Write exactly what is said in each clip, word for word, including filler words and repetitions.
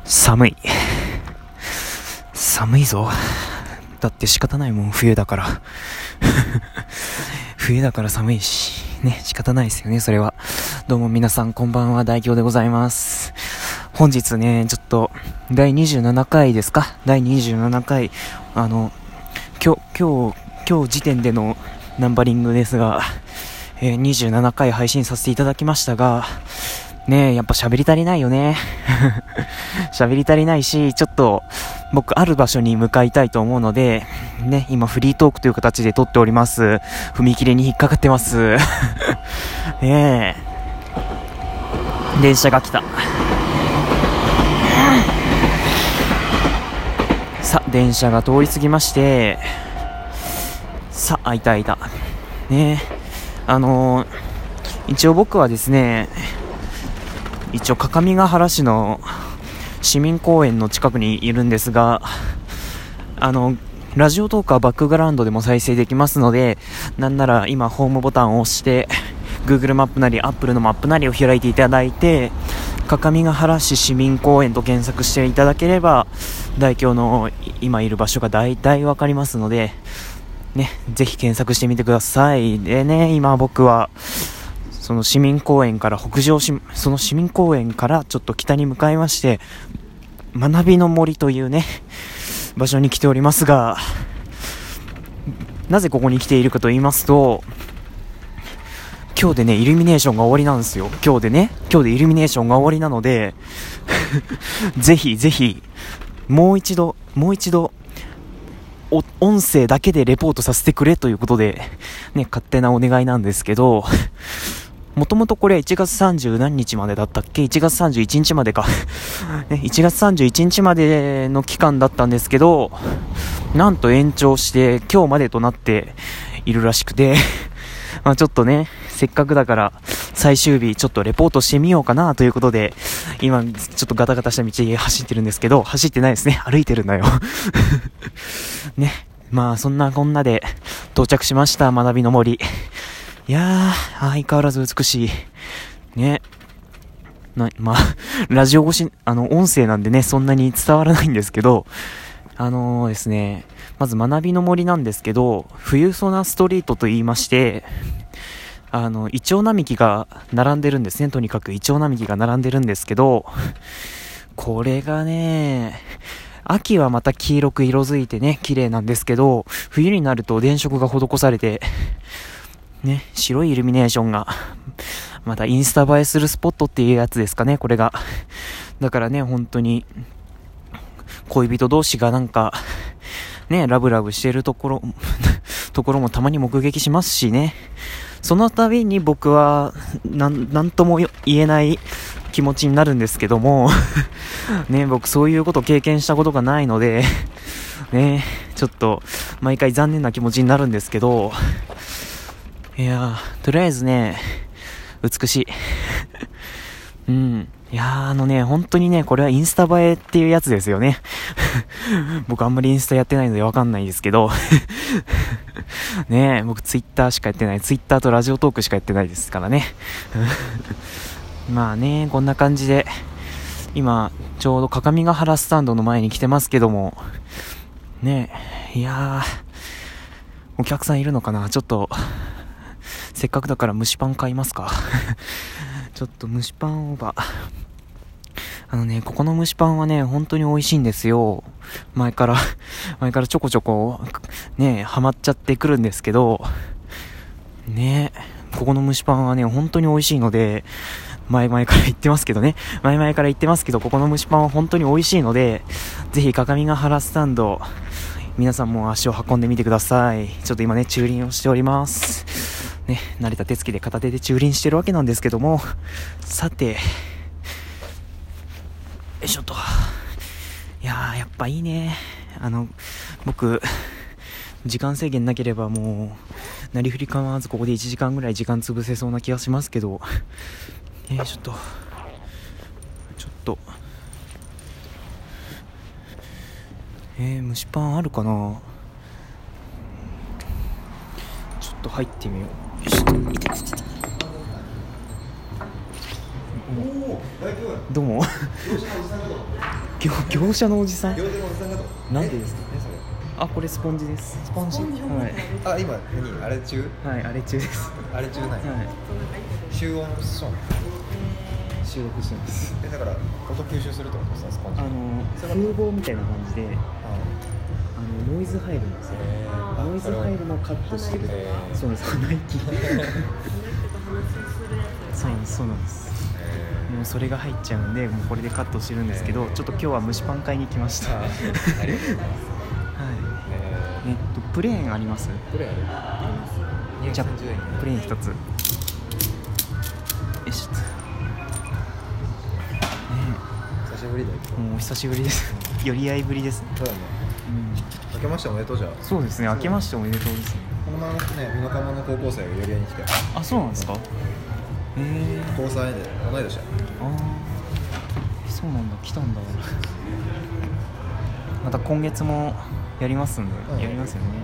寒い寒いぞ。だって仕方ないもん、冬だから冬だから寒いしね、仕方ないですよね、それは。どうも皆さんこんばんは、大京でございます。本日ね、ちょっとだいにじゅうななかいですか、だいにじゅうななかい、あの今日今日今日時点でのナンバリングですが、えー、にじゅうななかい配信させていただきましたがねえ、やっぱ喋り足りないよね喋り足りないし、ちょっと僕ある場所に向かいたいと思うのでね、今フリートークという形で撮っております。踏切に引っかかってますねえ、電車が来た。さあ、電車が通り過ぎまして、さあ、開いた開いたねえ、あのー、一応僕はですね、一応各務原市の市民公園の近くにいるんですが、あのラジオトークはバックグラウンドでも再生できますので、なんなら今ホームボタンを押して Google マップなり Apple のマップなりを開いていただいて、各務原市市民公園と検索していただければ大京の今いる場所が大体わかりますのでね、ぜひ検索してみてください。でね、今僕はその市民公園から北上し、その市民公園からちょっと北に向かいまして、学びの森というね場所に来ておりますが、なぜここに来ているかと言いますと、今日でねイルミネーションが終わりなんですよ。今日でね今日でイルミネーションが終わりなのでぜひぜひもう一度もう一度お音声だけでレポートさせてくれということでね、勝手なお願いなんですけど、もともとこれいちがつさんじゅう何日までだったっけ、いちがつさんじゅういちにちまでか、ね、いちがつさんじゅういちにちまでの期間だったんですけど、なんと延長して今日までとなっているらしくてまあちょっとね、せっかくだから最終日ちょっとレポートしてみようかなということで、今ちょっとガタガタした道走ってるんですけど、走ってないですね、歩いてるんだよね、まあそんなこんなで到着しました、学びの森。いやー、相変わらず美しいね。なまあラジオ越し、あの音声なんでねそんなに伝わらないんですけど、あのー、ですねまず学びの森なんですけど、冬ソナストリートと言いまして、あのイチョウ並木が並んでるんですね。とにかくイチョウ並木が並んでるんですけど、これがね、秋はまた黄色く色づいてね綺麗なんですけど、冬になると電飾が施されてね、白いイルミネーションがまたインスタ映えするスポットっていうやつですかね、これが。だからね、本当に恋人同士がなんかねラブラブしてるところところもたまに目撃しますしね、その度に僕はなん、なんとも言えない気持ちになるんですけどもね、僕そういうことを経験したことがないのでね、ちょっと毎回残念な気持ちになるんですけど、いやー、とりあえずね美しいうん、いやー、あのね本当にね、これはインスタ映えっていうやつですよね僕あんまりインスタやってないのでわかんないですけどねえ、僕ツイッターしかやってない、ツイッターとラジオトークしかやってないですからねまあね、こんな感じで今ちょうど各務原スタンドの前に来てますけどもねえ、いやー、お客さんいるのかな。ちょっとせっかくだから蒸しパン買いますかちょっと蒸しパンオーバー。あのね、ここの蒸しパンはね本当に美味しいんですよ。前から前からちょこちょこねハマっちゃってくるんですけどね、ここの蒸しパンはね本当に美味しいので、前々から言ってますけどね前々から言ってますけどここの蒸しパンは本当に美味しいので、ぜひ各務原スタンド皆さんも足を運んでみてください。ちょっと今ね駐輪をしておりますね、慣れた手つきで片手で駐輪してるわけなんですけども、さて、よいしょと。いやー、やっぱいいね。あの僕時間制限なければもうなりふり構わずここでいちじかんぐらい時間潰せそうな気がしますけど、えー、ちょっとちょっとえー、蒸しパンあるかな。ちょっと入ってみよう。よいしょ。 どうも業業者のおじさん業者のおじさんがとなんでですか？ えそれあ、これスポンジです。 スポンジはいあ今何あれ中はい、あれ中ですあれ中ない、 はい集音しそう収録してます。 えだから音吸収するってことさスポンジあの風防みたいな感じで、あのノイズ入るんですよ、 えー、 ノイズ入るのをカットしてる、 えー、 そうなんです、ナイキそうなんです、そうなんです、えー、もうそれが入っちゃうんで、もうこれでカットしてるんですけど、えー、ちょっと今日は蒸しパン買いに来ました。 あありがとうございますはい、 えー、えっとプレーンあります？ プレーンありますじゃあプレーン一つ。よしっと、 久しぶりだよ。 もうお久しぶりです。寄り合いぶりですね。 そうだね、うん、明けましておめでとう。じゃあそうですね、 明けましておめでとうですね。 このままね、美濃加茂の高校生が寄り合いに来て。 あ、そうなんですか。へえー、 高さんで同い年だ。 ああ、そうなんだ、来たんだ。また今月もやりますんで、うん、やりますよね。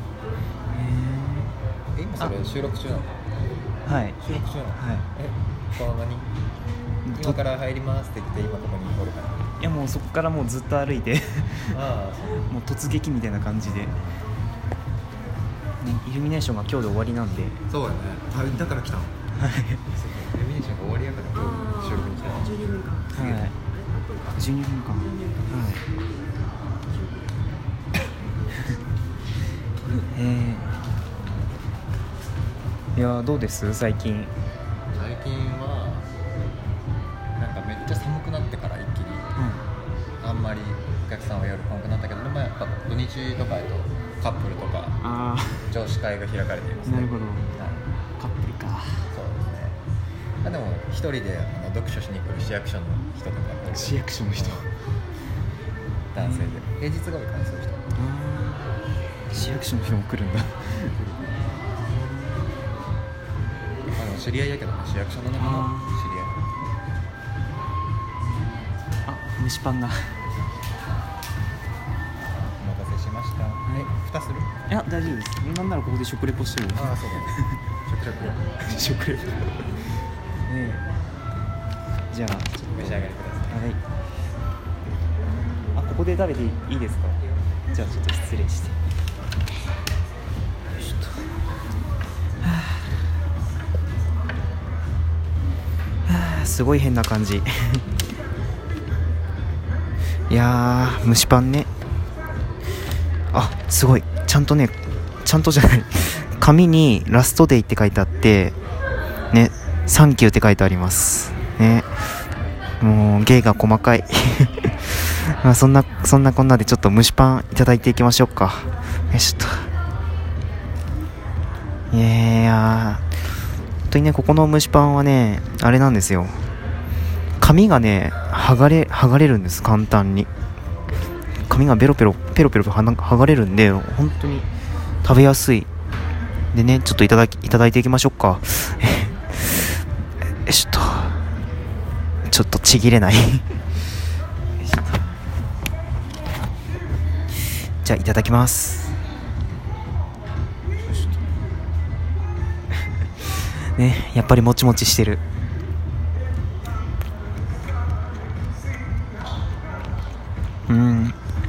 えー、今それ収録中なの？はい、収録中なの？ はい。 え、この何？今から入りますって言って今ここにおるから。 いやもうそこからもうずっと歩いてああ、 もう突撃みたいな感じで、ね、イルミネーションが今日で終わりなんで。 そうやね、あ、だから来たの。はいイルミネーションが終わりやから今日収録に来た。じゅうにふんかん、はい、 じゅうにふんかん、はいえー、いやどうです最近？ 最近はなんかめっちゃ寒くなってから一気に、うん、あんまりお客さんは夜来なくなったけど、でもやっぱ土日とかやとカップルとか女子会が開かれていますね。 なるほど、はい、カップルか。 そうですね。あでも一人であの読書しに来る市役所の人とか、 市役所の人、 男性で平日が多いからそういう人。 市役所の人も来るんだ。 あの知り合いやけどね、市役所の中の知り合い。 あ、蒸しパンが。 お待たせしました。はい、蓋する？ いや大丈夫です。なんならここで食レポしてる。 ああそうだね。食レポ。 食レポ。ねえ。じゃあちょっと召し上がりください。 はい。あ、ここで食べていいですか？じゃあちょっと失礼して。すごい変な感じ。いやー蒸しパンね。あ、すごいちゃんとね、ちゃんとじゃない紙にラストデイって書いてあってね、サンキューって書いてありますね。もう芸が細かいまあそんなそんなこんなでちょっと蒸しパンいただいていきましょうか。よしと。いやー本当にね、ここの蒸しパンはねあれなんですよ、紙がね剥がれ剥がれるんです。簡単に紙がベロペロペロペロ剥がれるんで、本当に食べやすいでね。ちょっといただきいただいていきましょうか。よしと、ちょっとちぎれないじゃあいただきますね、やっぱりもちもちしてる。うん、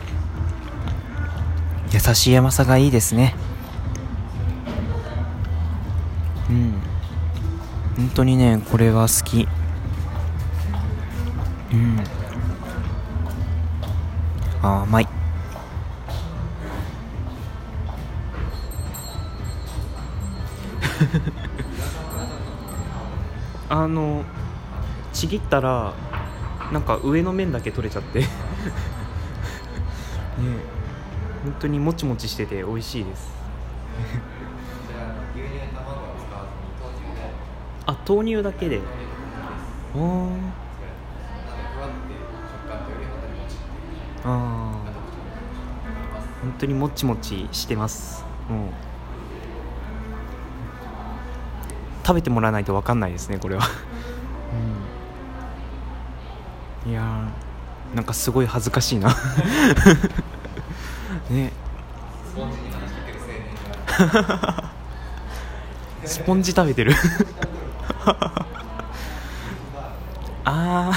優しい甘さがいいですね。うん、本当にねこれは好き。うん、あ、甘い。あのちぎったらなんか上の面だけ取れちゃってね、本当にもちもちしてて美味しいですあ、豆乳だけで。おー、あー、本当にもちもちしてます。もう食べてもらわないと分かんないですねこれは、うん、いやーなんかすごい恥ずかしいなねスポンジ食べてるああ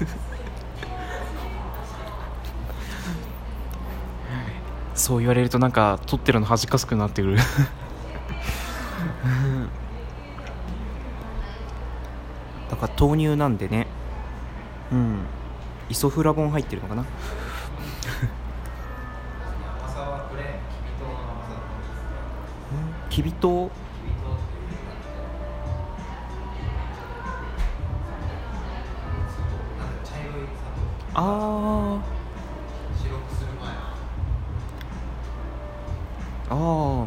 そう言われるとなんか撮ってるの恥ずかしくなってくるだから豆乳なんでね、うんイソフラボン入ってるのかなきび糖あーあー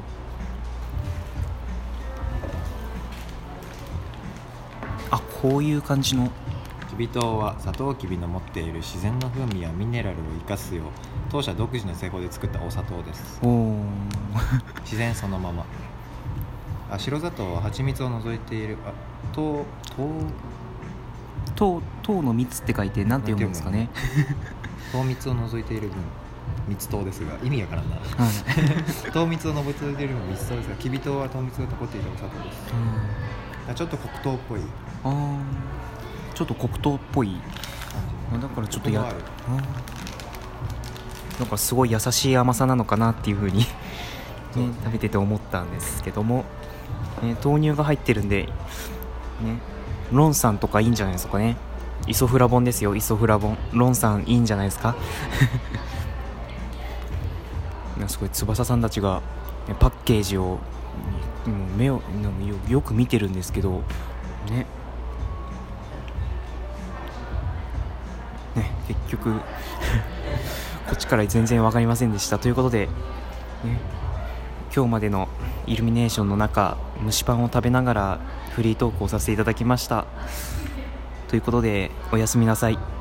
あこういう感じのきび糖はサトウキビの持っている自然の風味やミネラルを生かすよう当社独自の製法で作ったお砂糖です。 お自然そのまま。あ白砂糖は蜂蜜を除いているあ糖糖糖の蜜って書いてなんて読むんですかね糖蜜を除いている分蜜糖ですが意味わからんな、はい、糖蜜を除いている分蜜糖ですがきび糖は糖蜜が残っていたお砂糖です、うん、ちょっと黒糖っぽいあちょっと黒糖っぽい感じだからちょっとやなんかすごい優しい甘さなのかなっていう風に、ね、食べてて思ったんですけども、ね、豆乳が入ってるんで、ね、ロン酸とかいいんじゃないですかね。イソフラボンですよイソフラボンロン酸いいんじゃないですかすごい翼さんたちが、ね、パッケージを目をよ、よく見てるんですけどねね結局こっちから全然分かりませんでしたということで、ね、今日までのイルミネーションの中蒸しパンを食べながらフリートークをさせていただきましたということでおやすみなさい。